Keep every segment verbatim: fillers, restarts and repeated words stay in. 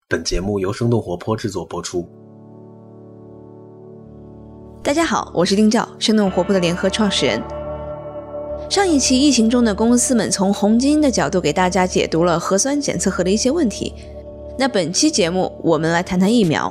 本节目由生动活泼制作播出。 大家好，我是丁教，生动活泼的联合创始人。上一期疫情中的公司们从红基因的角度给大家解读了核酸检测盒的一些问题。那本期节目我们来谈谈疫苗。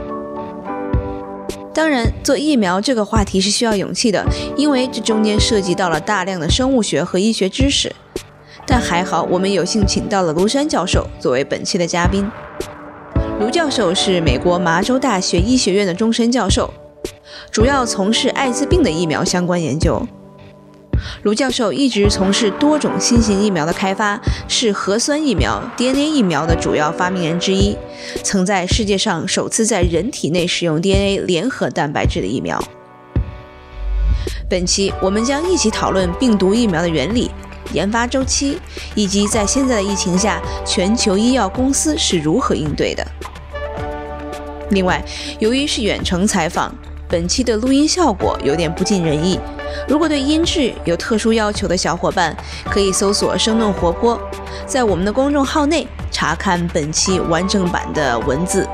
当然，做疫苗这个话题是需要勇气的，因为这中间涉及到了大量的生物学和医学知识。但还好，我们有幸请到了卢山教授作为本期的嘉宾。卢教授是美国麻州大学医学院的终身教授，主要从事艾滋病的疫苗相关研究。卢教授一直从事多种新型疫苗的开发，是核酸疫苗 D N A 疫苗的主要发明人之一，曾在世界上首次在人体内使用 D N A 联合蛋白质的疫苗。本期我们将一起讨论病毒疫苗的原理、研发周期，以及在现在的疫情下全球医药公司是如何应对的。另外，由于是远程采访，本期的录音效果有点不尽人意，如果对音质有特殊要求的小伙伴，可以搜索生动活泼，在我们的公众号内查看本期完整版的文字。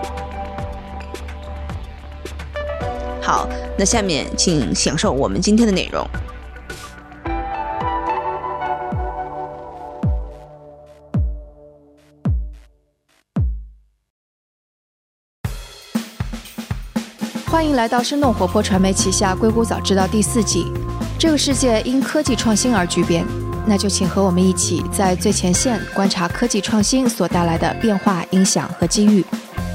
好，那下面请享受我们今天的内容。 欢迎来到生动活泼传媒旗下硅谷早知道第四季。这个世界因科技创新而巨变，那就请和我们一起在最前线观察科技创新所带来的变化、影响和机遇。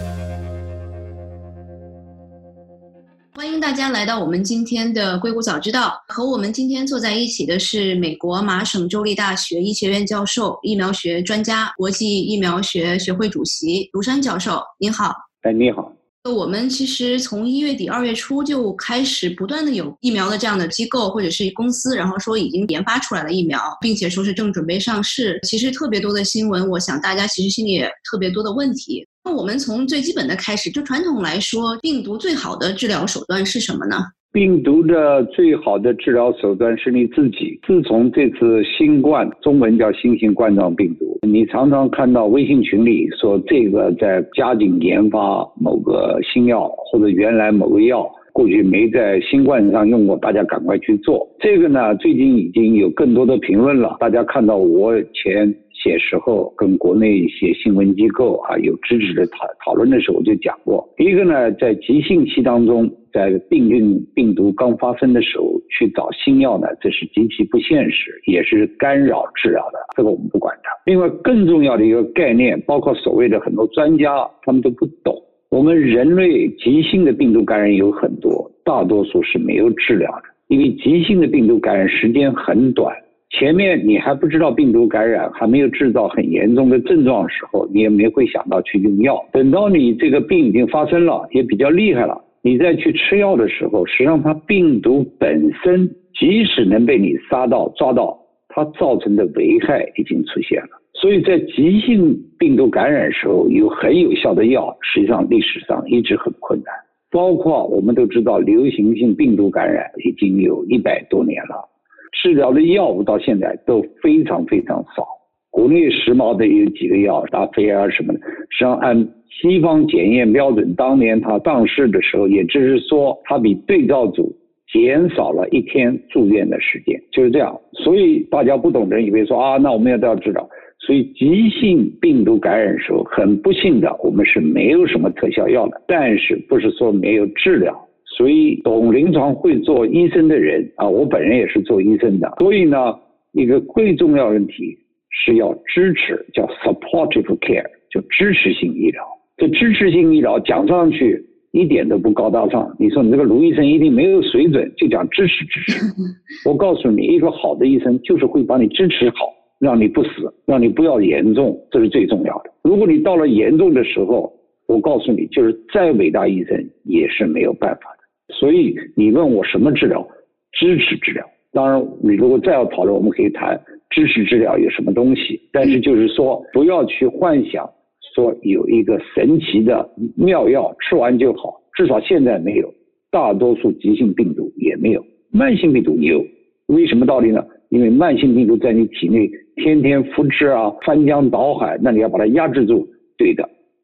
欢迎大家来到我们今天的硅谷早知道，和我们今天坐在一起的是美国麻省州立大学医学院教授、疫苗学专家、国际疫苗学学会主席卢山教授。您好。 哎，你好。 我们其实从一月底二月初就开始不断的有疫苗的这样的机构或者是公司，然后说已经研发出来了疫苗，并且说是正准备上市。其实特别多的新闻，我想大家其实心里也特别多的问题。那我们从最基本的开始，就传统来说，病毒最好的治疗手段是什么呢？ 病毒的最好的治疗手段是你自己。自从这次新冠，中文叫新型冠状病毒，你常常看到微信群里说这个在加紧研发某个新药，或者原来某个药过去没在新冠上用过，大家赶快去做。这个呢，最近已经有更多的评论了。大家看到我前些时候跟国内一些新闻机构啊有支持的讨讨论的时候，我就讲过，一个呢，在急性期当中，在病菌病毒刚发生的时候去找新药呢，这是极其不现实，也是干扰治疗的，这个我们不管它。另外更重要的一个概念，包括所谓的很多专家他们都不懂，我们人类急性的病毒感染有很多，大多数是没有治疗的，因为急性的病毒感染时间很短，前面你还不知道病毒感染，还没有制造很严重的症状的时候，你也没会想到去用药。等到你这个病已经发生了，也比较厉害了，你再去吃药的时候，实际上它病毒本身即使能被你杀到抓到，它造成的危害已经出现了。所以在急性病毒感染的时候，有很有效的药，实际上历史上一直很困难。包括我们都知道流行性病毒感染已经有一百多年了，治疗的药物到现在都非常非常少。国内时髦的有几个药，达菲啊什么的，实际上按西方检验标准，当年它上市的时候，也就是说它比对照组减少了一天住院的时间，就是这样。所以大家不懂的人以为说啊，那我们要都要治疗。所以急性病毒感染的时候，很不幸的，我们是没有什么特效药的，但是不是说没有治疗。所以懂临床会做医生的人啊，我本人也是做医生的，所以呢，一个最重要的问题是要支持，叫 supportive care， 就支持性医疗。这支持性医疗讲上去一点都不高大上，你说你这个卢医生一定没有水准，就讲支持支持。我告诉你，一个好的医生就是会把你支持好，让你不死，让你不要严重，这是最重要的。如果你到了严重的时候，我告诉你，就是再伟大医生也是没有办法的。所以你问我什么治疗？支持治疗。当然你如果再要讨论，我们可以谈支持治疗有什么东西，但是就是说不要去幻想说有一个神奇的妙药吃完就好，至少现在没有，大多数急性病毒也没有，慢性病毒有。为什么道理呢？因为慢性病毒在你体内天天复制啊，翻江倒海，那你要把它压制住，对的。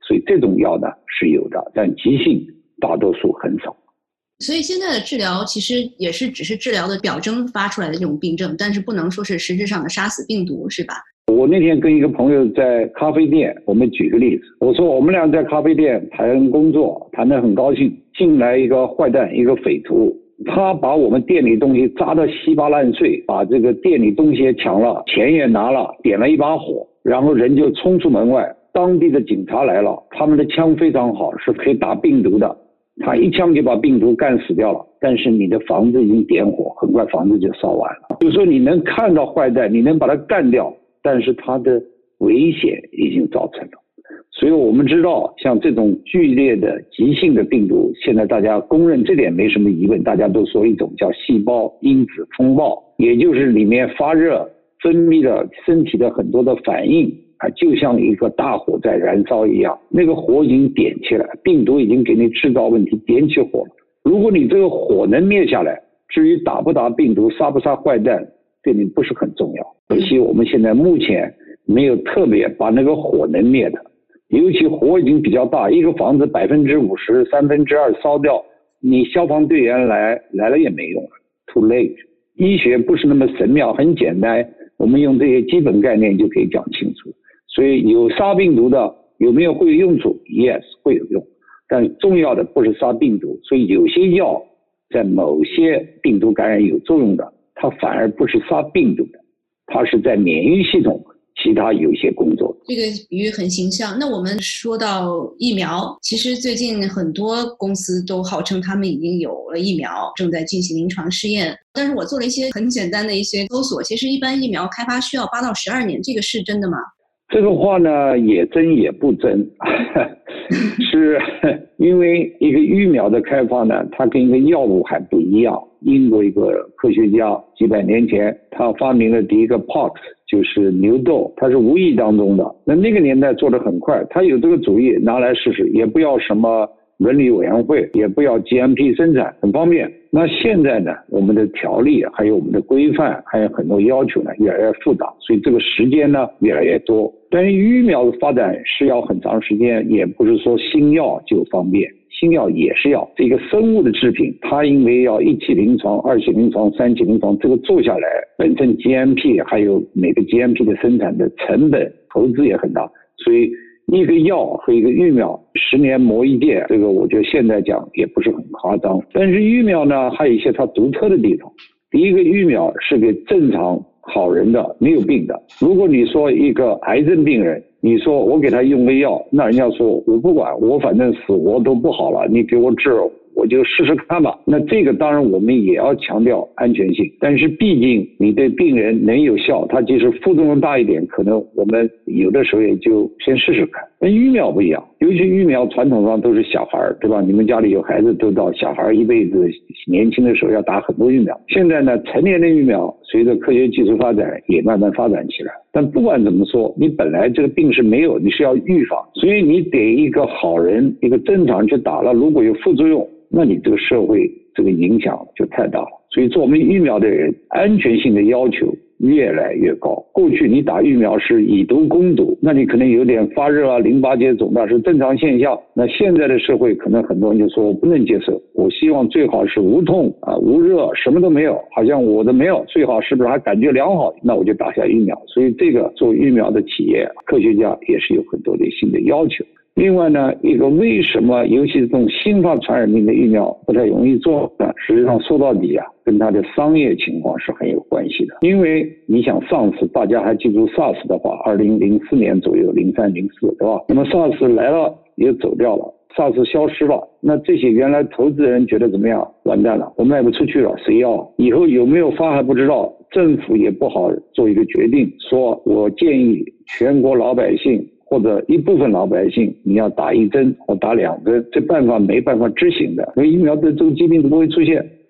所以这种药呢是有的，但急性大多数很少。 所以现在的治疗其实也是只是治疗的表征发出来的这种病症，但是不能说是实质上的杀死病毒，是吧？ 我那天跟一个朋友在咖啡店，我们举个例子，我说我们俩在咖啡店谈工作，谈得很高兴，进来一个坏蛋，一个匪徒，他把我们店里东西砸得稀巴烂碎，把这个店里东西也抢了，钱也拿了，点了一把火，然后人就冲出门外。当地的警察来了，他们的枪非常好，是可以打病毒的，他一枪就把病毒干死掉了。但是你的房子已经点火，很快房子就烧完了。就是说你能看到坏蛋，你能把他干掉，但是他的危险已经造成了。所以我们知道像这种剧烈的急性的病毒，现在大家公认这点没什么疑问，大家都说一种叫细胞因子风暴，也就是里面发热分泌了身体的很多的反应啊，就像一个大火在燃烧一样，那个火已经点起来，病毒已经给你制造问题，点起火了。如果你这个火能灭下来，至于打不打病毒，杀不杀坏蛋，对你不是很重要。可惜我们现在目前没有特别把那个火能灭的，尤其火已经比较大，一个房子百分之五十、三分之二烧掉，你消防队员来来了也没用了 ，too late。医学不是那么神妙，很简单，我们用这些基本概念就可以讲清楚。所以有杀病毒的有没有会有用处 ？Yes， 会有用，但重要的不是杀病毒。所以有些药在某些病毒感染有作用的，它反而不是杀病毒的，它是在免疫系统其他有些工作。 这个比喻很形象。那我们说到疫苗，其实最近很多公司都号称他们已经有了疫苗，正在进行临床试验。但是我做了一些很简单的一些搜索，其实一般疫苗开发需要八到十二年，这个是真的吗？ 这个话呢，也真也不真，是因为一个疫苗的开发呢，它跟一个药物还不一样。英国一个科学家几百年前，他发明了第一个 pox， 就是牛痘，它是无意当中的。那那个年代做得很快，他有这个主意拿来试试，也不要什么伦理委员会，也不要 G M P 生产，很方便。那现在呢，我们的条例还有我们的规范还有很多要求呢越来越复杂，所以这个时间呢越来越多。但是疫苗的发展是要很长时间，也不是说新药就方便，新药也是要这个生物的制品，它因为要一期临床、二期临床、三期临床，这个做下来本身 G M P 还有每个 G M P 的生产的成本投资也很大，所以一个药和一个疫苗十年磨一剑，这个我觉得现在讲也不是很夸张。但是疫苗呢还有一些它独特的地方。第一个，疫苗是给正常好人的，没有病的。如果你说一个癌症病人，你说我给他用个药，那人家说我不管，我反正死活都不好了，你给我治我就试试看吧。那这个当然我们也要强调安全性，但是毕竟你对病人能有效，他即使副作用大一点，可能我们有的时候也就先试试看。那疫苗不一样，尤其疫苗传统上都是小孩，对吧？你们家里有孩子都知道，小孩一辈子年轻的时候要打很多疫苗。现在呢，成年的疫苗随着科学技术发展也慢慢发展起来。但不管怎么说，你本来这个病是没有，你是要预防，所以你得一个好人，一个正常去打了，如果有副作用，那你这个社会这个影响就太大了。所以做我们疫苗的人，安全性的要求越来越高。过去你打疫苗是以毒攻毒，那你可能有点发热啊、淋巴结肿大是正常现象。那现在的社会可能很多人就说我不能接受，我希望最好是无痛啊、无热，什么都没有，好像我的没有，最好是不是还感觉良好，那我就打下疫苗。所以这个做疫苗的企业、科学家也是有很多的新的要求。另外呢，一个为什么尤其是这种新发传染病的疫苗不太容易做呢？实际上说到底啊，跟它的商业情况是很有关系的。因为你想上次大家还记住 SARS 的话，二零零四年左右，零三零四，对吧？那么 SARS 来了也走掉了， SARS 消失了，那这些原来投资人觉得怎么样？完蛋了，我卖不出去了，谁要？以后有没有发还不知道，政府也不好做一个决定，说我建议全国老百姓或者一部分老百姓，你要打一针或打两针，这办法没办法执行的，因为疫苗对这个疾病都不会出现。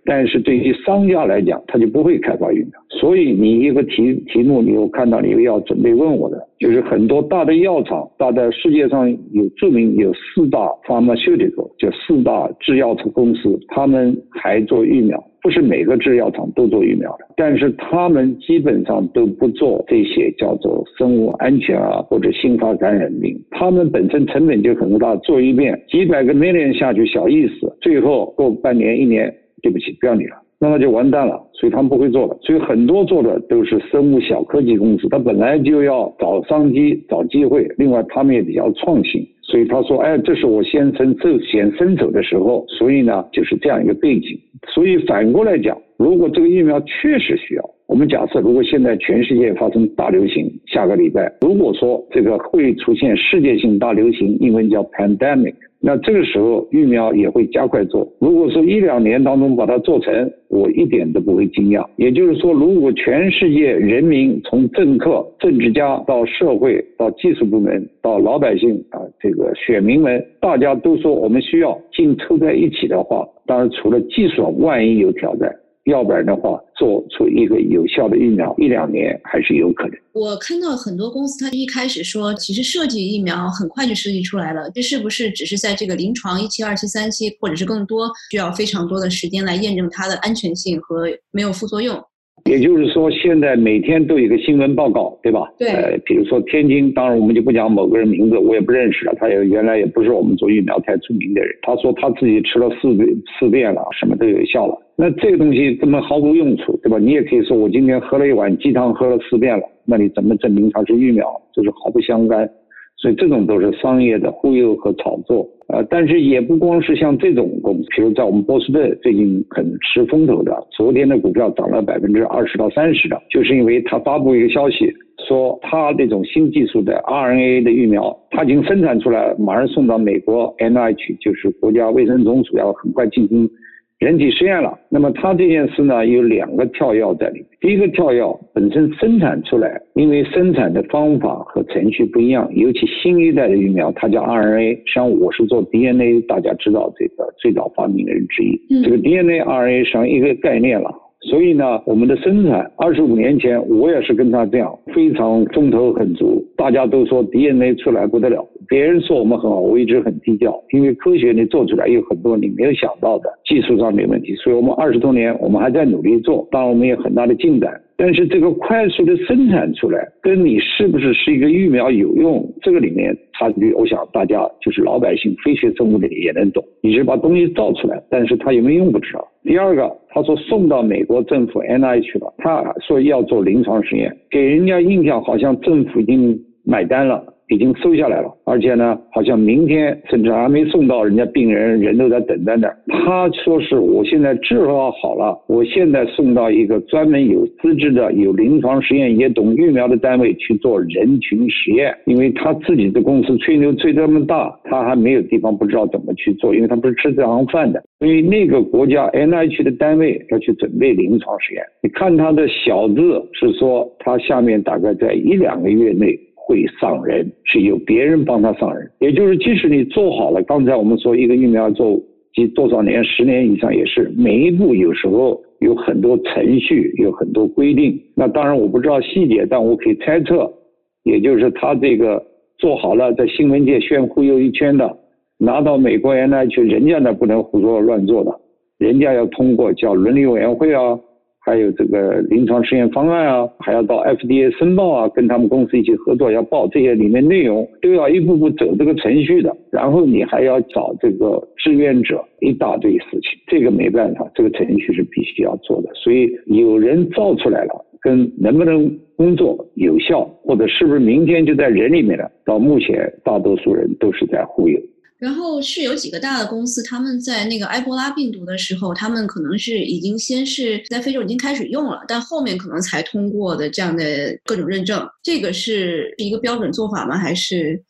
但是对于商家来讲，他就不会开发疫苗。所以你一个题题目，你有看到你又要准备问我的，就是很多大的药厂，大的世界上有著名有四大 pharmaceutical， 就四大制药公司，他们还做疫苗。不是每个制药厂都做疫苗的，但是他们基本上都不做这些叫做生物安全啊或者新发感染病，他们本身成本就很大，做一遍几百个 million 下去小意思，最后过半年一年，对不起不要你了，那么就完蛋了，所以他们不会做了。所以很多做的都是生物小科技公司，他本来就要找商机找机会，另外他们也比较创新，所以他说哎，这是我先伸手先伸手的时候，所以呢就是这样一个背景。所以反过来讲，如果这个疫苗确实需要，我们假设如果现在全世界发生大流行，下个礼拜如果说这个会出现世界性大流行，英文叫 pandemic， 那这个时候疫苗也会加快做。如果说一两年当中把它做成，我一点都不会惊讶。也就是说，如果全世界人民从政客、政治家到社会到技术部门到老百姓啊，这个选民们，大家都说我们需要劲凑在一起的话，当然除了技术万一有挑战，要不然的话做出一个有效的疫苗一两年还是有可能。 我看到很多公司他一开始说其实设计疫苗很快就设计出来了，这是不是只是在这个临床一期二期三期或者是更多需要非常多的时间来验证它的安全性和没有副作用？ 也就是说现在每天都有一个新闻报告，对吧？ 对。 呃，比如说天津，当然我们就不讲某个人名字，我也不认识了，他也原来也不是我们做疫苗太出名的人，他说他自己吃了四遍四遍了，什么都有效了。那这个东西根本毫无用处，对吧？你也可以说我今天喝了一碗鸡汤喝了四遍了，那你怎么证明它是疫苗？这是毫不相干。所以这种都是商业的忽悠和炒作，呃，但是也不光是像这种公司，比如在我们波士顿最近很吃风头的，昨天的股票涨了百分之二十到三十的，就是因为他发布一个消息，说他这种新技术的 R N A 的疫苗，他已经生产出来，马上送到美国 N I H， 就是国家卫生总署要很快进行人体实验了。那么他这件事呢有两个跳跃在里面。第一个跳跃本身生产出来，因为生产的方法和程序不一样，尤其新一代的疫苗它叫 R N A， 像我是做 D N A， 大家知道这个最早发明的人之一，嗯、这个 D N A R N A 上一个概念了。所以呢，我们的生产二十五年前我也是跟他这样非常风头很足，大家都说 D N A 出来不得了，别人说我们很好，我一直很低调，因为科学你做出来有很多你没有想到的技术上没问题，所以我们二十多年我们还在努力做，当然我们有很大的进展。但是这个快速的生产出来跟你是不是是一个疫苗有用，这个里面差距我想大家就是老百姓非学生物的也能懂，你是把东西造出来，但是它有没有用不知道。第二个，他说送到美国政府 N I H 了，他说要做临床实验，给人家印象好像政府已经买单了，已经收下来了，而且呢好像明天甚至还没送到，人家病人人都在等在那儿。他说是我现在治疗好了，我现在送到一个专门有资质的有临床实验也懂疫苗的单位去做人群实验，因为他自己的公司吹牛吹这么大，他还没有地方不知道怎么去做，因为他不是吃这行饭的，所以那个国家 N I H 的单位要去准备临床实验。你看他的小字是说他下面大概在一两个月内会上人，是由别人帮他上人，也就是即使你做好了，刚才我们说一个疫苗做多少年，十年以上也是，每一步有时候有很多程序，有很多规定。那当然我不知道细节，但我可以猜测，也就是他这个做好了，在新闻界炫忽悠一圈的，拿到美国 N I H 人家那不能胡说乱做的，人家要通过叫伦理委员会啊，还有这个临床试验方案啊，还要到 F D A 申报啊，跟他们公司一起合作要报，这些里面内容都要一步步走这个程序的，然后你还要找这个志愿者，一大堆事情，这个没办法，这个程序是必须要做的。所以有人造出来了，跟能不能工作有效，或者是不是明天就在人里面了，到目前大多数人都是在忽悠。 然后是有几个大的公司，他们在那个埃博拉病毒的时候，他们可能是已经先是在非洲已经开始用了，但后面可能才通过的这样的各种认证，这个是一个标准做法吗？还是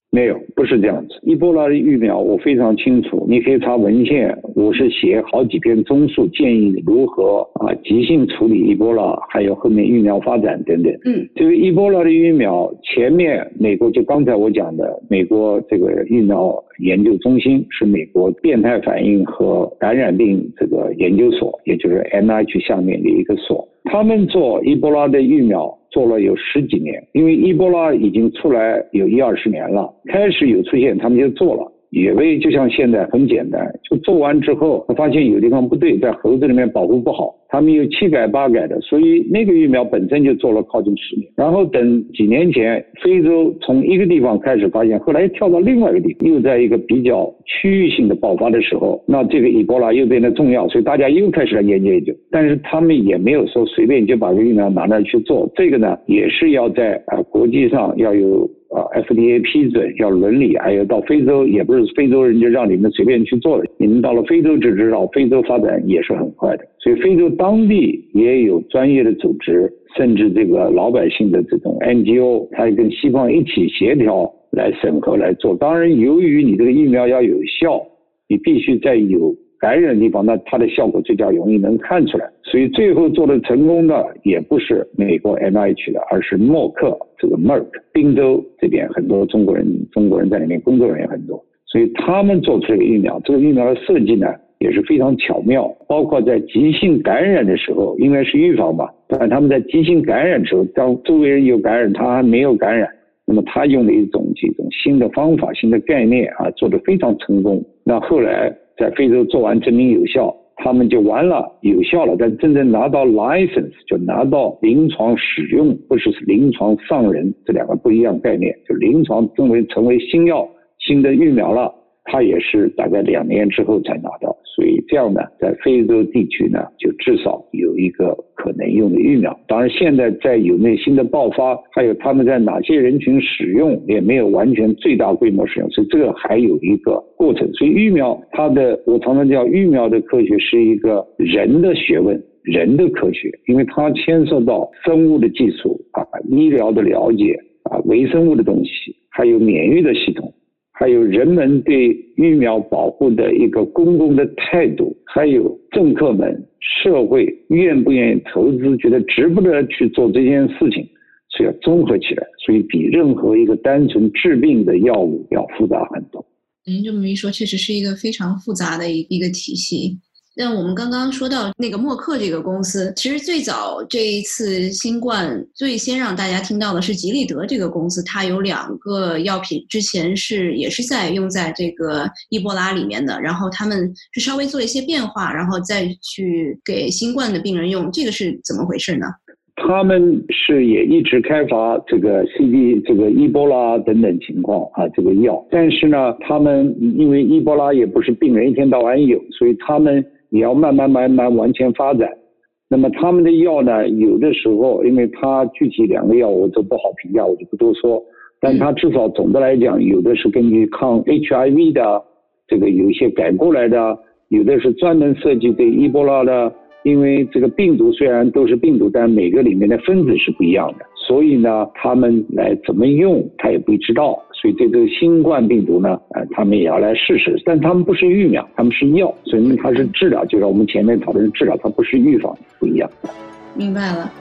没有，不是这样子。伊波拉的疫苗我非常清楚，你可以查文献，我是写好几篇综述，建议如何啊急性处理伊波拉，还有后面疫苗发展等等。 嗯， 这个伊波拉的疫苗，前面美国就刚才我讲的，美国这个疫苗研究中心是美国变态反应和感染病这个研究所，也就是 N I H 下面的一个所。他们做伊波拉的疫苗做了有十几年，因为伊波拉已经出来有一二十年了，开始有出现他们就做了，以为就像现在很简单，就做完之后发现有地方不对，在猴子里面保护不好，他们又七改八改的，所以那个疫苗本身就做了靠近十年。然后等几年前非洲从一个地方开始发现，后来跳到另外一个地方，又在一个比较区域性的爆发的时候，那这个伊波拉又变得重要，所以大家又开始来研究研究。但是他们也没有说随便就把这个疫苗拿来去做，这个呢也是要在呃国际上要有啊 F D A 批准，要伦理，还有到非洲也不是非洲人就让你们随便去做的，你们到了非洲就知道，非洲发展也是很快的，所以非洲当地也有专业的组织，甚至这个老百姓的这种 N G O， 它跟西方一起协调来审核来做。当然，由于你这个疫苗要有效，你必须在有感染的地方，那它的效果最佳容易能看出来。所以最后做的成功的也不是美国 N I H 的，而是默克这个 Merck 宾州这边很多中国人，中国人在里面工作人员很多，所以他们做出这个疫苗，这个疫苗的设计呢也是非常巧妙，包括在急性感染的时候，因为是预防嘛，但他们在急性感染的时候，当周围人有感染，他还没有感染，那么他用了一种这种新的方法、新的概念啊，做得非常成功。那后来在非洲做完证明有效，他们就完了，有效了，但真正拿到 license 就拿到临床使用，不是临床上人，这两个不一样概念，就临床成为成为新药、新的疫苗了，它也是大概两年之后才拿到。所以这样呢，在非洲地区呢，就至少有一个可能用的疫苗。当然现在在有没有新的爆发，还有他们在哪些人群使用，也没有完全最大规模使用，所以这个还有一个过程。所以疫苗它的，我常常叫疫苗的科学是一个人的学问，人的科学，因为它牵涉到生物的技术啊、医疗的了解啊、微生物的东西，还有免疫的系统，还有人们对疫苗保护的一个公共的态度，还有政客们、社会愿不愿意投资，觉得值不得去做这件事情，是要综合起来，所以比任何一个单纯治病的药物要复杂很多。 您这么一说，确实是一个非常复杂的一个体系。但我们刚刚说到那个默克这个公司，其实最早这一次新冠最先让大家听到的是吉利德这个公司，它有两个药品之前是也是在用在这个伊波拉里面的，然后他们是稍微做一些变化，然后再去给新冠的病人用，这个是怎么回事呢？ 他们是也一直开发这个 C D 这个伊波拉等等情况啊这个药，但是呢，他们因为伊波拉也不是病人一天到晚有，所以他们也要慢慢慢慢往前发展。那么他们的药呢，有的时候因为它具体两个药我都不好评价，我就不多说，但它至少总的来讲，有的是根据抗 H I V 的，这个有一些改过来的，有的是专门设计对伊波拉的。因为这个病毒虽然都是病毒，但每个里面的分子是不一样的，所以呢，他们来怎么用，他也不知道。所以这个新冠病毒呢，呃，他们也要来试试，但他们不是疫苗，他们是药，所以它是治疗，就是我们前面讨论的治疗，它不是预防，不一样。 明白了。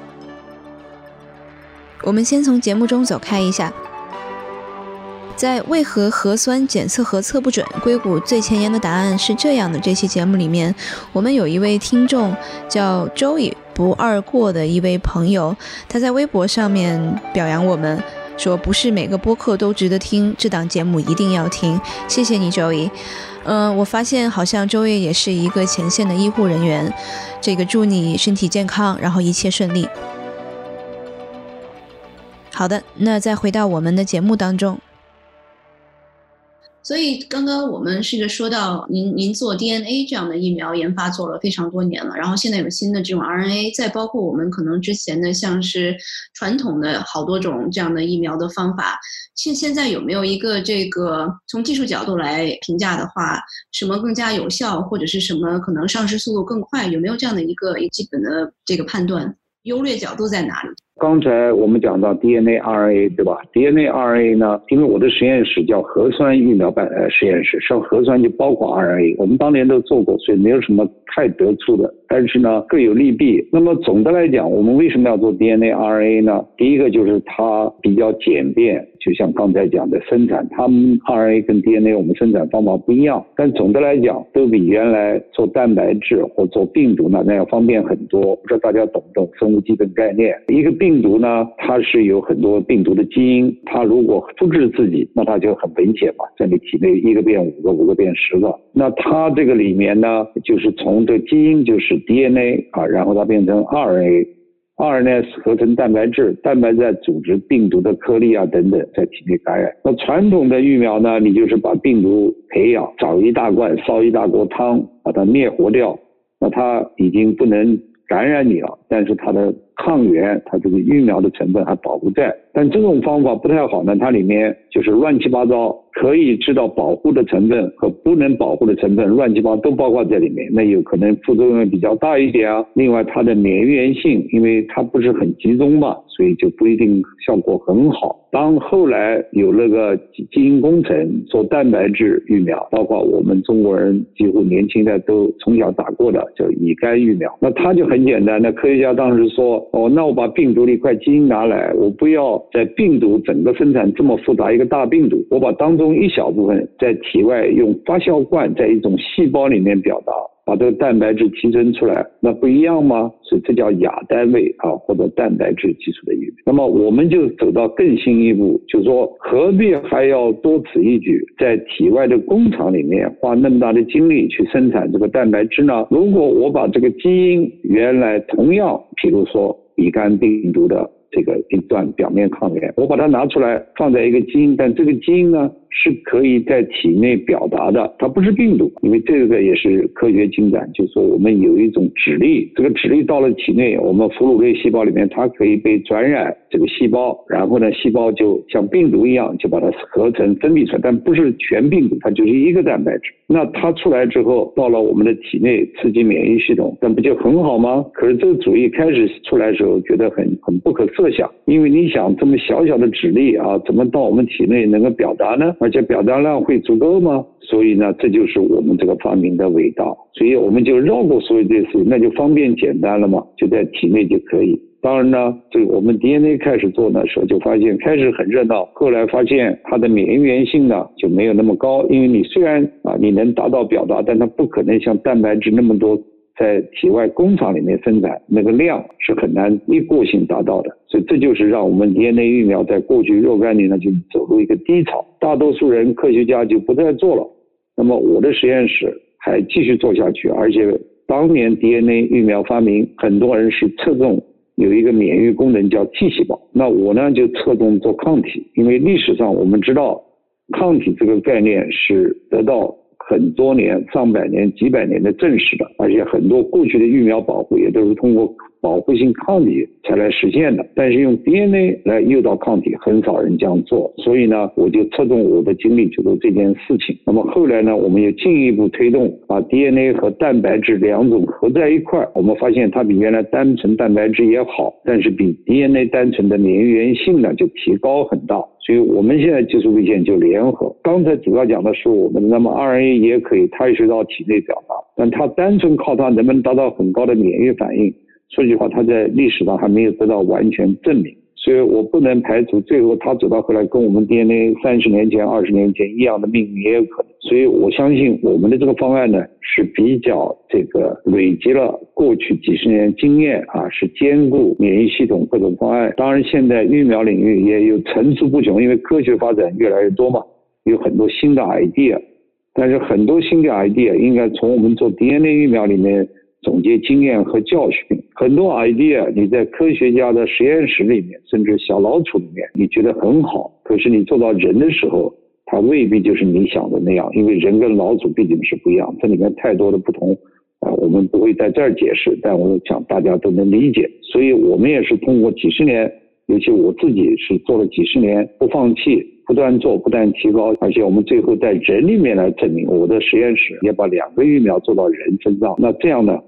我们先从节目中走开一下。在为何核酸检测盒测不准，硅谷最前沿的答案是这样的这期节目里面，我们有一位听众叫 Joey 不二过的一位朋友，他在微博上面表扬我们，说不是每个播客都值得听，这档节目一定要听。谢谢你 Joey。嗯、呃，我发现好像 Joey 也是一个前线的医护人员，这个祝你身体健康，然后一切顺利。好的，那再回到我们的节目当中。 所以刚刚我们是说到您您做 D N A 这样的疫苗研发做了非常多年了，然后现在有新的这种 R N A， 再包括我们可能之前的像是传统的好多种这样的疫苗的方法，现现在有没有一个这个从技术角度来评价的话，什么更加有效，或者是什么可能上市速度更快，有没有这样的一个一个基本的这个判断？优劣角度在哪里？ 刚才我们讲到 D N A R N A 对吧 ？D N A R N A 呢，因为我的实验室叫核酸疫苗办呃实验室，上核酸就包括 R N A， 我们当年都做过，所以没有什么太得处的。但是呢，各有利弊。那么总的来讲，我们为什么要做 D N A R N A 呢？第一个就是它比较简便，就像刚才讲的生产，他们 R N A 跟 D N A 我们生产方法不一样，但总的来讲都比原来做蛋白质或做病毒呢那要方便很多。不知道大家懂不懂生物基本概念？一个病毒呢，它是有很多病毒的基因，它如果复制自己，那它就很危险嘛，在你体内一个变五个，五个变十个。那它这个里面呢，就是从这基因就是 D N A 啊，然后它变成 R N A。R N A 合成蛋白质，蛋白质在组织病毒的颗粒啊等等，在体内感染。那传统的疫苗呢，你就是把病毒培养，找一大罐，烧一大锅汤，把它灭活掉，那它已经不能感染你了，但是它的抗原，它这个疫苗的成分还保护在。但这种方法不太好呢，它里面就是乱七八糟，可以知道保护的成分和不能保护的成分乱七八糟都包括在里面，那有可能副作用比较大一点啊。另外它的免疫原性，因为它不是很集中嘛，所以就不一定效果很好。当后来有那个基因工程做蛋白质疫苗，包括我们中国人几乎年轻的都从小打过的叫乙肝疫苗，那它就很简单，那科学家当时说，哦，那我把病毒的一块基因拿来，我不要在病毒整个生产这么复杂一个大病毒，我把当中一小部分在体外用发酵罐在一种细胞里面表达，把这个蛋白质提纯出来，那不一样吗？所以这叫亚单位啊，或者蛋白质基础的疫苗。那么我们就走到更新一步，就是说何必还要多此一举，在体外的工厂里面花那么大的精力去生产这个蛋白质呢？如果我把这个基因原来同样，比如说乙肝病毒的这个一段表面抗原，我把它拿出来放在一个基因，但这个基因呢是可以在体内表达的，它不是病毒，因为这个也是科学进展，就是说我们有一种指令，这个指令到了体内，我们哺乳类细胞里面它可以被传染这个细胞，然后呢细胞就像病毒一样就把它合成分泌出来，但不是全病毒，它就是一个蛋白质。那它出来之后到了我们的体内刺激免疫系统，那不就很好吗？可是这个主意开始出来的时候觉得很很不可设想，因为你想这么小小的指令啊，怎么到我们体内能够表达呢？而且表达量会足够吗？所以呢，这就是我们这个发明的伟大。所以我们就绕过所有这些事，那就方便简单了嘛，就在体内就可以。当然呢，这个我们 D N A 开始做的时候就发现开始很热闹，后来发现它的免疫原性呢就没有那么高，因为你虽然啊你能达到表达，但它不可能像蛋白质那么多在体外工厂里面生产，那个量是很难一过性达到的。所以这就是让我们 D N A 疫苗在过去若干年呢就走入一个低潮，大多数人科学家就不再做了。那么我的实验室还继续做下去，而且当年 D N A 疫苗发明，很多人是侧重有一个免疫功能叫 T 细胞，那我呢就侧重做抗体，因为历史上我们知道抗体这个概念是得到很多年上百年几百年的证实的，而且很多过去的疫苗保护也都是通过保护性抗体才来实现的，但是用 D N A 来诱导抗体很少人这样做，所以呢我就侧重我的精力去做这件事情。那么后来呢我们又进一步推动把 D N A 和蛋白质两种合在一块，我们发现它比原来单纯蛋白质也好，但是比 D N A 单纯的免疫原性呢就提高很大，所以我们现在技术路线就联合。刚才主要讲的是我们那么 R N A 也可以它也是到体内表达，但它单纯靠它能不能达到很高的免疫反应，说句话它在历史上还没有得到完全证明，所以我不能排除最后它走到后来跟我们 D N A 三十年前二十年前一样的命运也有可能。所以我相信我们的这个方案呢是比较这个累积了过去几十年经验啊，是兼顾免疫系统各种方案。当然现在疫苗领域也有层出不穷，因为科学发展越来越多嘛，有很多新的 idea， 但是很多新的 idea 应该从我们做 D N A 疫苗里面总结经验和教训。很多 idea 你在科学家的实验室里面甚至小老鼠里面你觉得很好，可是你做到人的时候它未必就是你想的那样，因为人跟老鼠毕竟是不一样，这里面太多的不同啊，我们不会在这儿解释，但我想大家都能理解。所以我们也是通过几十年，尤其我自己是做了几十年，不放弃，不断做，不断提高，而且我们最后在人里面来证明，我的实验室也把两个疫苗做到人身上，那这样呢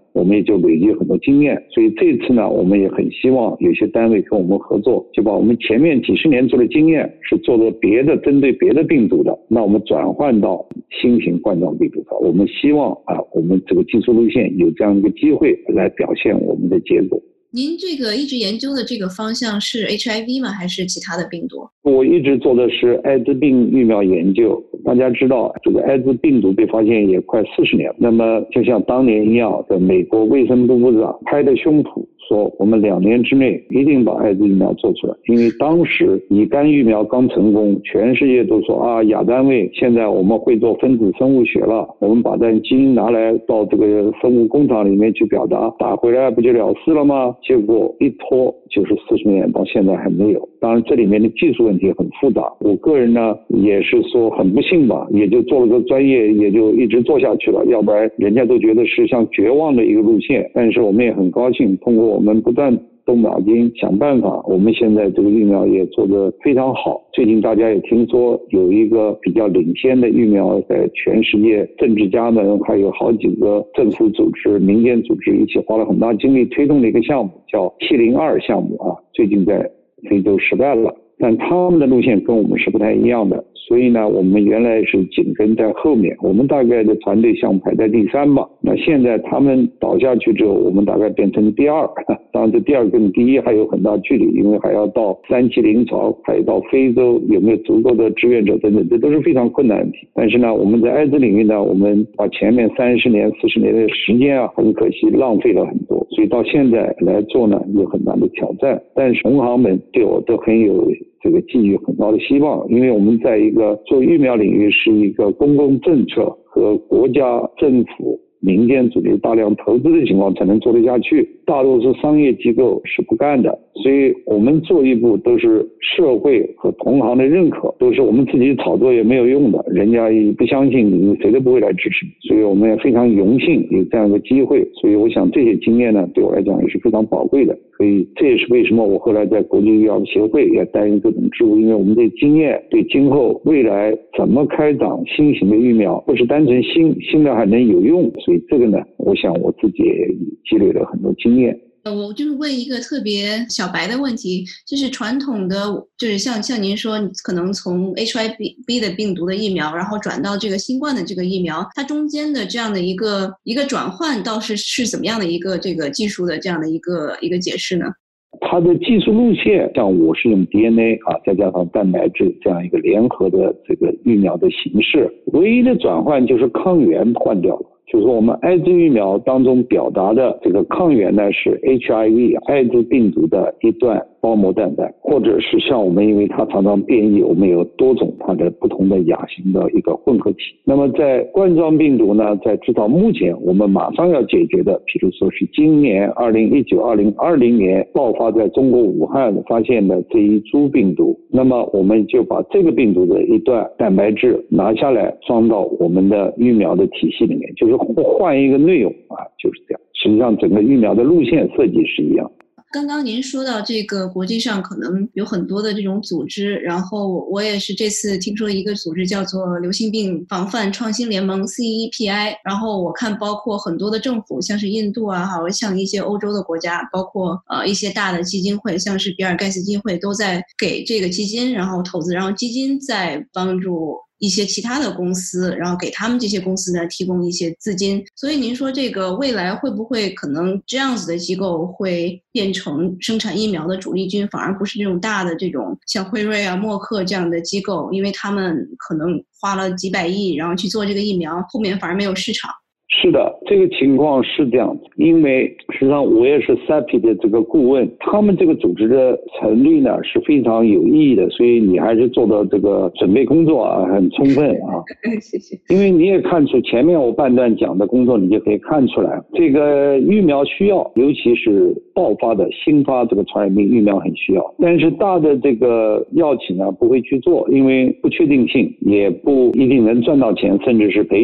我们也就累积很多经验。所以这次呢，我们也很希望有些单位跟我们合作，就把我们前面几十年做的经验是做了别的针对别的病毒的，那我们转换到新型冠状病毒上。我们希望啊，我们这个技术路线有这样一个机会来表现我们的结果。 您这个一直研究的这个方向是 H I V 吗？还是其他的病毒？ 我一直做的是艾滋病疫苗研究。大家知道，这个艾滋病毒被发现也快四十年了。那么就像当年一样，的美国卫生部部长拍着胸脯说，我们两年之内一定把艾滋疫苗做出来。因为当时乙肝疫苗刚成功，全世界都说啊，亚单位现在我们会做分子生物学了，我们把这基因拿来到这个生物工厂里面去表达，打回来不就了事了吗？结果一拖就是四十年，到现在还没有。当然这里面的技术问题很复杂，我个人呢也是说很不幸吧，也就做了个专业，也就一直做下去了，要不然人家都觉得是像绝望的一个路线。但是我们也很高兴，通过我们不断动脑筋想办法，我们现在这个疫苗也做得非常好。最近大家也听说有一个比较领先的疫苗，在全世界政治家们还有好几个政府组织、民间组织一起花了很大精力推动的一个项目，叫七零二项目啊，最近在非洲失败了。但他们的路线跟我们是不太一样的，所以呢，我们原来是紧跟在后面，我们大概的团队项目排在第三吧。那现在他们倒下去之后，我们大概变成第二。当然，这第二跟第一还有很大距离，因为还要到三期临床，还有到非洲有没有足够的志愿者等等，这都是非常困难的问题。但是呢，我们在艾滋领域呢，我们把前面三十年、四十年的时间啊，很可惜浪费了很多，所以到现在来做呢，有很大的挑战。但是同行们对我都很有这个寄予很高的希望，因为我们在一个做疫苗领域是一个公共政策和国家、政府、民间组织大量投资的情况才能做得下去，大多数商业机构是不干的。所以我们做一步都是社会和同行的认可，都是我们自己炒作也没有用的，人家也不相信你，谁都不会来支持你。所以我们也非常荣幸有这样一个机会，所以我想这些经验呢，对我来讲也是非常宝贵的。所以这也是为什么我后来在国际医疗协会也担任各种职务，因为我们这经验对今后未来怎么开展新型的疫苗，不是单纯新新的还能有用，所以这个呢，我想我自己也积累了很多经验。 呃，我就是问一个特别小白的问题，就是传统的，就是像像您说，可能从 H I V 的病毒的疫苗，然后转到这个新冠的这个疫苗，它中间的这样的一个一个转换，倒是是怎么样的一个这个技术的这样的一个一个解释呢？ 它的技术路线，像我是用 D N A 啊，再加上蛋白质这样一个联合的这个疫苗的形式，唯一的转换就是抗原换掉了。就是说我们艾滋疫苗当中表达的这个抗原呢，是 H I V 艾滋病毒的一段包膜蛋白，或者是像我们因为它常常变异，我们有多种它的不同的亚型的一个混合体。那么在冠状病毒呢，在至少目前我们马上要解决的，譬如说是今年二零一九、二零二零年爆发在中国武汉发现的这一株病毒，那么我们就把这个病毒的一段蛋白质拿下来装到我们的疫苗的体系里面，就是换一个内容啊，就是这样。实际上整个疫苗的路线设计是一样。 刚刚您说到这个国际上可能有很多的这种组织，然后我也是这次听说一个组织叫做流行病防范创新联盟 C E P I， 然后我看包括很多的政府，像是印度啊，还有像一些欧洲的国家，包括呃一些大的基金会，像是比尔盖茨基金会都在给这个基金然后投资，然后基金在帮助一些其他的公司，然后给他们这些公司呢提供一些资金。所以您说这个未来会不会可能这样子的机构会变成生产疫苗的主力军，反而不是这种大的这种像辉瑞啊、默克这样的机构，因为他们可能花了几百亿然后去做这个疫苗，后面反而没有市场。 是的，这个情况是这样子，因为实际上我也是 S A P I 的这个顾问，他们这个组织的成立呢是非常有意义的，所以你还是做到这个准备工作啊很充分啊。 谢谢。 因为你也看出前面我半段讲的工作，你就可以看出来，这个疫苗需要，尤其是爆发的新发这个传染病疫苗很需要，但是大的这个药企呢不会去做，因为不确定性，也不一定能赚到钱，甚至是赔钱。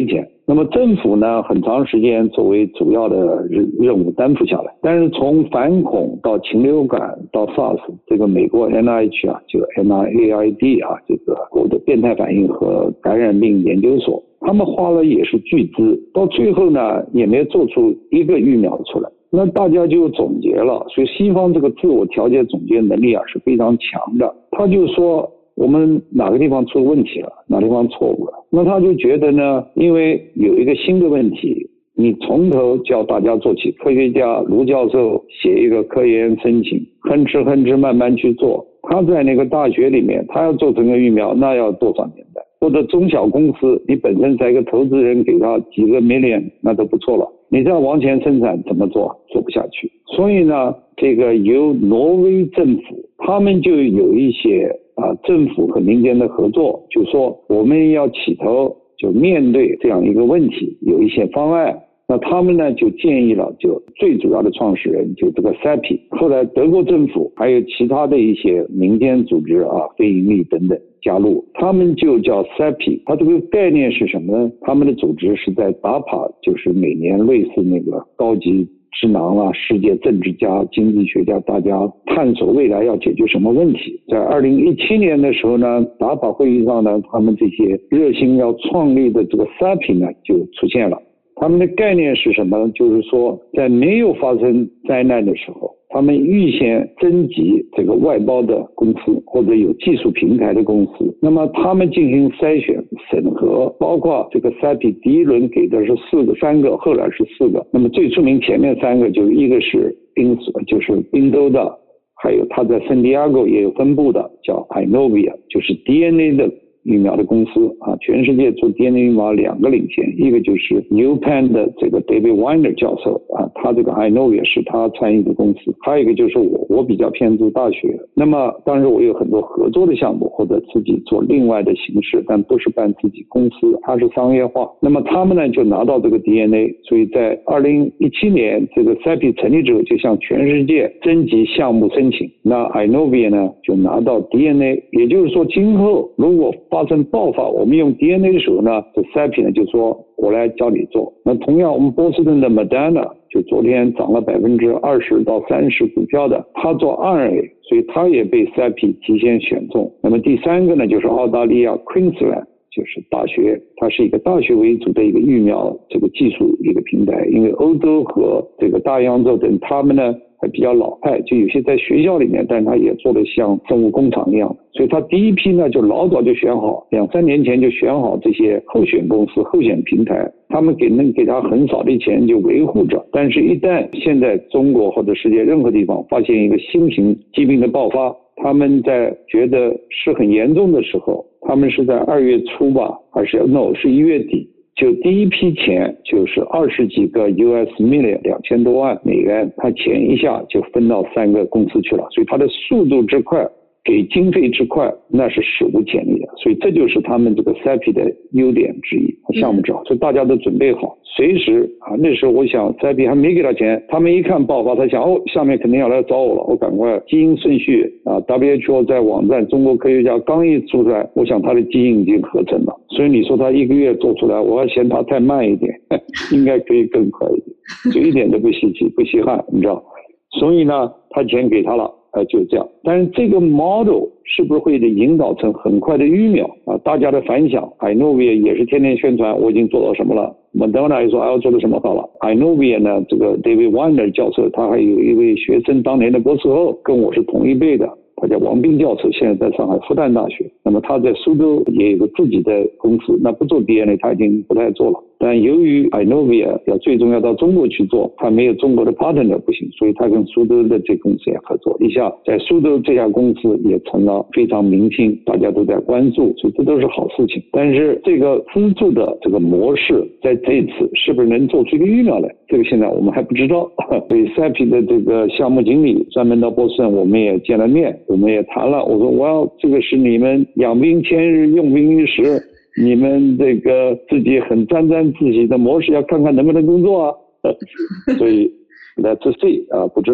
那么政府呢，很长时间作为主要的任任务担负下来。但是从反恐到禽流感到 SARS， 这个美国 N I H 啊，就 N I A I D 啊，这个国的变态反应和感染病研究所，他们花了也是巨资，到最后呢，也没做出一个疫苗出来。那大家就总结了，所以西方这个自我调节总结能力啊是非常强的。他就说我们哪个地方出问题了，哪个地方错误了。那他就觉得呢，因为有一个新的问题，你从头教大家做起。科学家卢教授写一个科研申请，哼哧哼哧慢慢去做。他在那个大学里面，他要做成个疫苗，那要多少年代？或者中小公司，你本身在一个投资人给他几个 million， 那都不错了。你这样往前生产怎么做？做不下去。所以呢，这个由挪威政府，他们就有一些啊，政府和民间的合作，就说我们要起头就面对这样一个问题，有一些方案。那他们呢就建议了，就最主要的创始人就这个 S A P I， 后来德国政府还有其他的一些民间组织啊、非营利等等加入，他们就叫 S A P I。 它这个概念是什么呢？他们的组织是在 D A R P A， 就是每年类似那个高级智囊啊、世界政治家、经济学家，大家探索未来要解决什么问题。在二零一七年的时候呢 ，D A R P A 会议上呢，他们这些热心要创立的这个 S A P I 呢就出现了。他们的概念是什么？就是说，在没有发生灾难的时候，他们预先征集这个外包的公司或者有技术平台的公司，那么他们进行筛选审核，包括这个 S A P I 第一轮给的是四个三个，后来是四个。那么最出名前面三个就一个是宾就是宾州的，还有他在圣地亚哥也有分部的叫 Inovia， 就是 D N A 的疫苗的公司啊，全世界做 D N A 疫苗两个领先，一个就是 UPenn 的这个 David Weiner 教授啊，他这个 Inovia 是他参与的公司，还有一个就是我，我比较偏重大学。那么当然我有很多合作的项目或者自己做另外的形式，但不是办自己公司，它是商业化。那么他们呢就拿到这个 D N A， 所以在二零一七年这个 S A P I 成立之后，就向全世界征集项目申请，那 Inovia 呢就拿到 D N A， 也就是说今后如果发生爆发，我们用 D N A 的时候呢，这 S A P I 呢就说我来教你做。那同样我们波士顿的 Moderna 就昨天涨了百分之二十到三十股票的，他做 R N A， 所以他也被 S A P I 提前选中。那么第三个呢就是澳大利亚 Queensland， 就是大学，它是一个大学为主的一个疫苗这个技术一个平台，因为欧洲和这个大洋洲等他们呢还比较老派，就有些在学校里面，但他也做得像生物工厂一样，所以他第一批呢就老早就选好，两三年前就选好这些候选公司、候选平台，他们给能给他很少的钱就维护着，但是一旦现在中国或者世界任何地方发现一个新型疾病的爆发，他们在觉得是很严重的时候，他们是在二月初吧，还是 no 是一月底。就第一批钱就是二十几个 U S million 两千多万美元，他钱一下就分到三个公司去了，所以它的速度之快，给经费之快，那是史无前例的。所以这就是他们这个 S A P I 的优点之一，项目之好，所以大家都准备好，随时啊。那时候我想 S A P I 还没给他钱，他们一看爆发，他想哦，下面肯定要来找我了，我赶快基因顺序啊 ，W H O 在网站，中国科学家刚一出来，我想他的基因已经合成了。所以你说他一个月做出来，我还嫌他太慢一点，应该可以更快一点，就一点都不稀奇不稀罕，你知道。所以呢，他钱给他了，呃，就是这样。但是这个 model 是不是会引导成很快的疫苗啊？大家的反响 ，Inovia 也是天天宣传我已经做到什么了。Moderna 也说哎，我做的什么好了。Inovia 呢，这个 David Weiner 教授，他还有一位学生，当年的博士后跟我是同一辈的。他叫王斌教授，现在在上海复旦大学。那么他在苏州也有个自己的公司，那不做 D N A 他已经不太做了。但由于 Inovia 要最终要到中国去做，他没有中国的 partner 不行，所以他跟苏州的这公司也合作一下，在苏州这家公司也成了非常明星，大家都在关注，所以这都是好事情。但是这个资助的这个模式，在这一次是不是能做出一个疫苗来，这个现在我们还不知道。所以 S A P I 的这个项目经理专门到波士顿，我们也见了面，我们也谈了，我说我要这个是你们养兵千日，用兵一时，你们这个自己很沾沾自喜的模式，要看看能不能工作啊。所以 let's see 啊，不知道啊。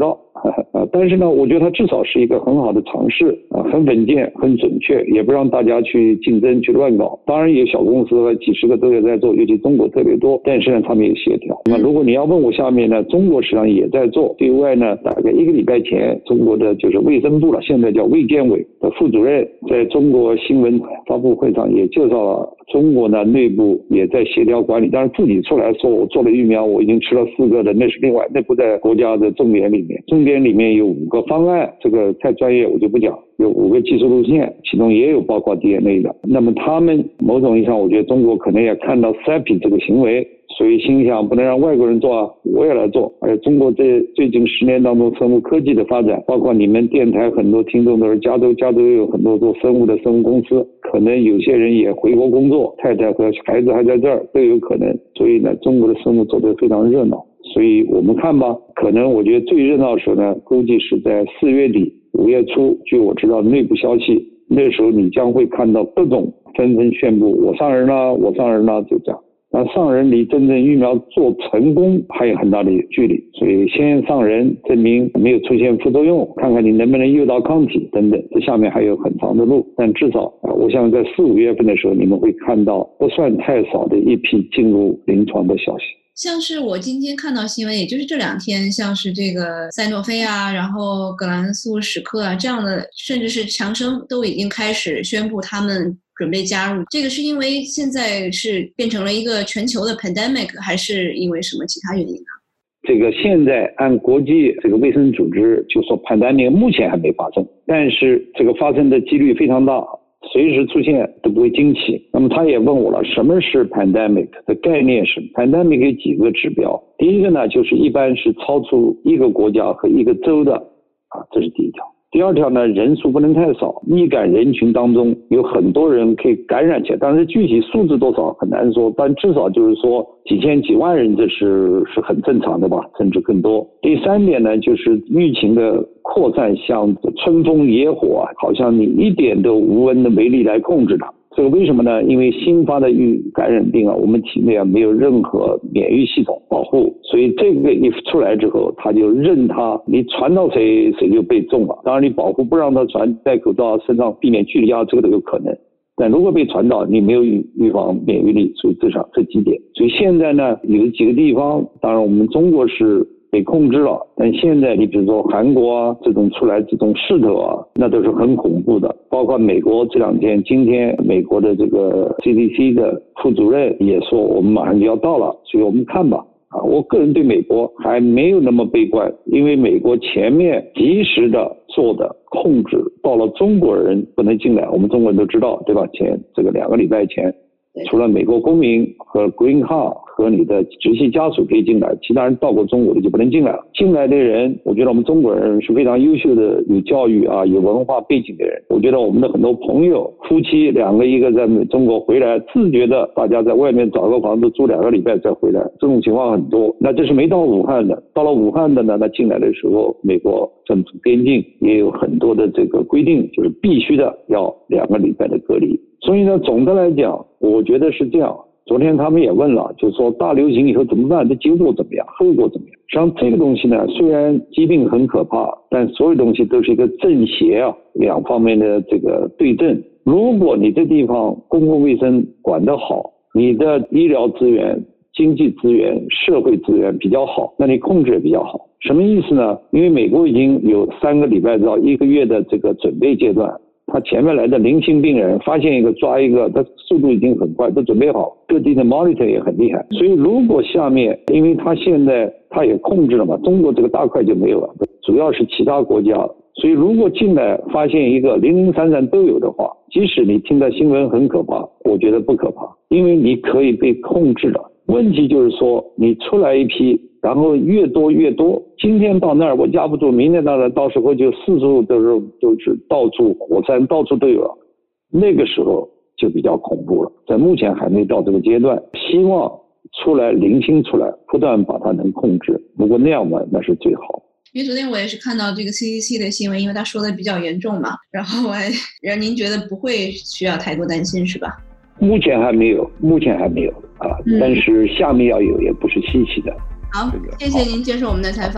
啊，但是呢，我觉得它至少是一个很好的尝试啊，很稳健、很准确，也不让大家去竞争、去乱搞。当然，有小公司几十个都有在做，尤其中国特别多，但是呢，他们也协调。那如果你要问我下面呢，中国实际上也在做。对外呢，大概一个礼拜前，中国的就是卫生部了，现在叫卫健委的副主任，在中国新闻发布会上也介绍了，中国呢内部也在协调管理。当然自己出来说我做了疫苗，我已经吃了四个的，那是另外，那不在国家的重点里面。重点里面有五个方案，这个太专业我就不讲。有五个技术路线，其中也有包括 D N A 的。那么他们某种意义上，我觉得中国可能也看到 C E P I 这个行为，所以心想不能让外国人做啊，我也来做。而且中国这最近十年当中生物科技的发展，包括你们电台很多听众都是加州，加州也有很多做生物的生物公司，可能有些人也回国工作，太太和孩子还在这儿，都有可能。所以呢，中国的生物做得非常热闹。所以我们看吧，可能我觉得最热闹的时候呢，估计是在四月底五月初，据我知道内部消息，那时候你将会看到各种纷纷宣布我上人了，我上人了，就这样。那上人离真正疫苗做成功还有很大的距离，所以先上人证明没有出现副作用，看看你能不能诱导抗体等等，这下面还有很长的路。但至少啊，我想在四五月份的时候，你们会看到不算太少的一批进入临床的消息。 像是我今天看到新闻，也就是这两天，像是这个赛诺菲啊，然后葛兰素史克啊这样的，甚至是强生都已经开始宣布他们准备加入。这个是因为现在是变成了一个全球的 pandemic， 还是因为什么其他原因呢？ 这个现在按国际这个卫生组织就说 pandemic 目前还没发生，但是这个发生的几率非常大，随时出现都不会惊奇。那么他也问我了，什么是 pandemic 的概念是 pandemic 有几个指标。第一个呢，就是一般是超出一个国家和一个州的啊，这是第一条。第二条呢，人数不能太少，易感人群当中有很多人可以感染起来，但是具体数字多少很难说，但至少就是说几千几万人，这是是很正常的吧，甚至更多。第三点呢，就是疫情的扩散，像春风野火啊，好像你一点都无能的没力来控制它。这个为什么呢？因为新发的预感染病啊，我们体内啊没有任何免疫系统保护，所以这个一出来之后，它就任它，你传到谁谁就被中了。当然你保护不让它传，戴口罩，身上避免距离啊，这个都有可能。但如果被传到，你没有预预防免疫力，所以至少这几点。所以现在呢，有几个地方，当然我们中国是被控制了，但现在你比如说韩国啊，这种出来这种势头啊，那都是很恐怖的。包括美国这两天，今天美国的这个 C D C 的副主任也说我们马上就要到了，所以我们看吧。啊，我个人对美国还没有那么悲观，因为美国前面及时的做的控制，到了中国人不能进来，我们中国人都知道，对吧？前这个两个礼拜前，除了美国公民和 Green Card 和你的直系家属可以进来，其他人到过中国的就不能进来了。进来的人，我觉得我们中国人是非常优秀的，有教育啊，有文化背景的人。我觉得我们的很多朋友，夫妻两个一个在中国回来，自觉的大家在外面找个房子住两个礼拜再回来，这种情况很多。那这是没到武汉的，到了武汉的呢，那进来的时候，美国政府边境也有很多的这个规定，就是必须的要两个礼拜的隔离。所以呢，总的来讲，我觉得是这样。昨天他们也问了，就是说大流行以后怎么办？这结果怎么样？后果怎么样？实际上这个东西呢，虽然疾病很可怕，但所有东西都是一个正邪啊两方面的这个对症。如果你这地方公共卫生管得好，你的医疗资源、经济资源、社会资源比较好，那你控制也比较好。什么意思呢？因为美国已经有三个礼拜到一个月的这个准备阶段。他前面来的零星病人发现一个抓一个，他速度已经很快，都准备好，各地的 monitor 也很厉害。所以如果下面，因为他现在他也控制了嘛，中国这个大块就没有了，主要是其他国家。所以如果进来发现一个零零散散都有的话，即使你听到新闻很可怕，我觉得不可怕，因为你可以被控制的。问题就是说你出来一批，然后越多越多，今天到那儿我压不住，明天到那儿，到时候就四处都是都是到处火山，到处都有了，那个时候就比较恐怖了。在目前还没到这个阶段，希望出来零星出来，不断把它能控制。如果那样嘛，那是最好。 因为昨天我也是看到这个 C D C 的新闻，因为他说的比较严重嘛，然后我还让您觉得不会需要太多担心是吧？ 目前还没有，目前还没有啊、嗯，但是下面要有也不是稀奇的。 好，谢谢您接受我们的采访。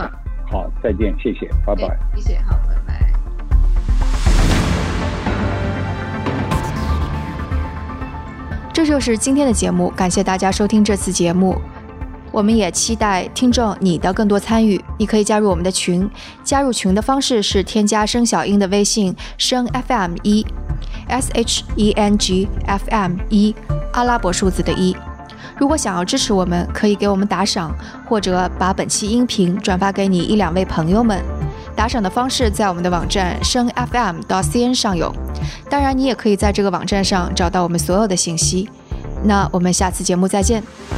好，再见，谢谢，拜拜。 谢谢，好，拜拜。 这就是今天的节目，感谢大家收听这次节目。我们也期待听众你的更多参与，你可以加入我们的群，加入群的方式是添加生小英的微信声 F M 一 S H E N G F M 一阿拉伯数字的一。如果想要支持我们，可以给我们打赏，或者把本期音频转发给你一两位朋友们。打赏的方式在我们的网站声 F M 到 C N 上有，当然你也可以在这个网站上找到我们所有的信息。那我们下次节目再见。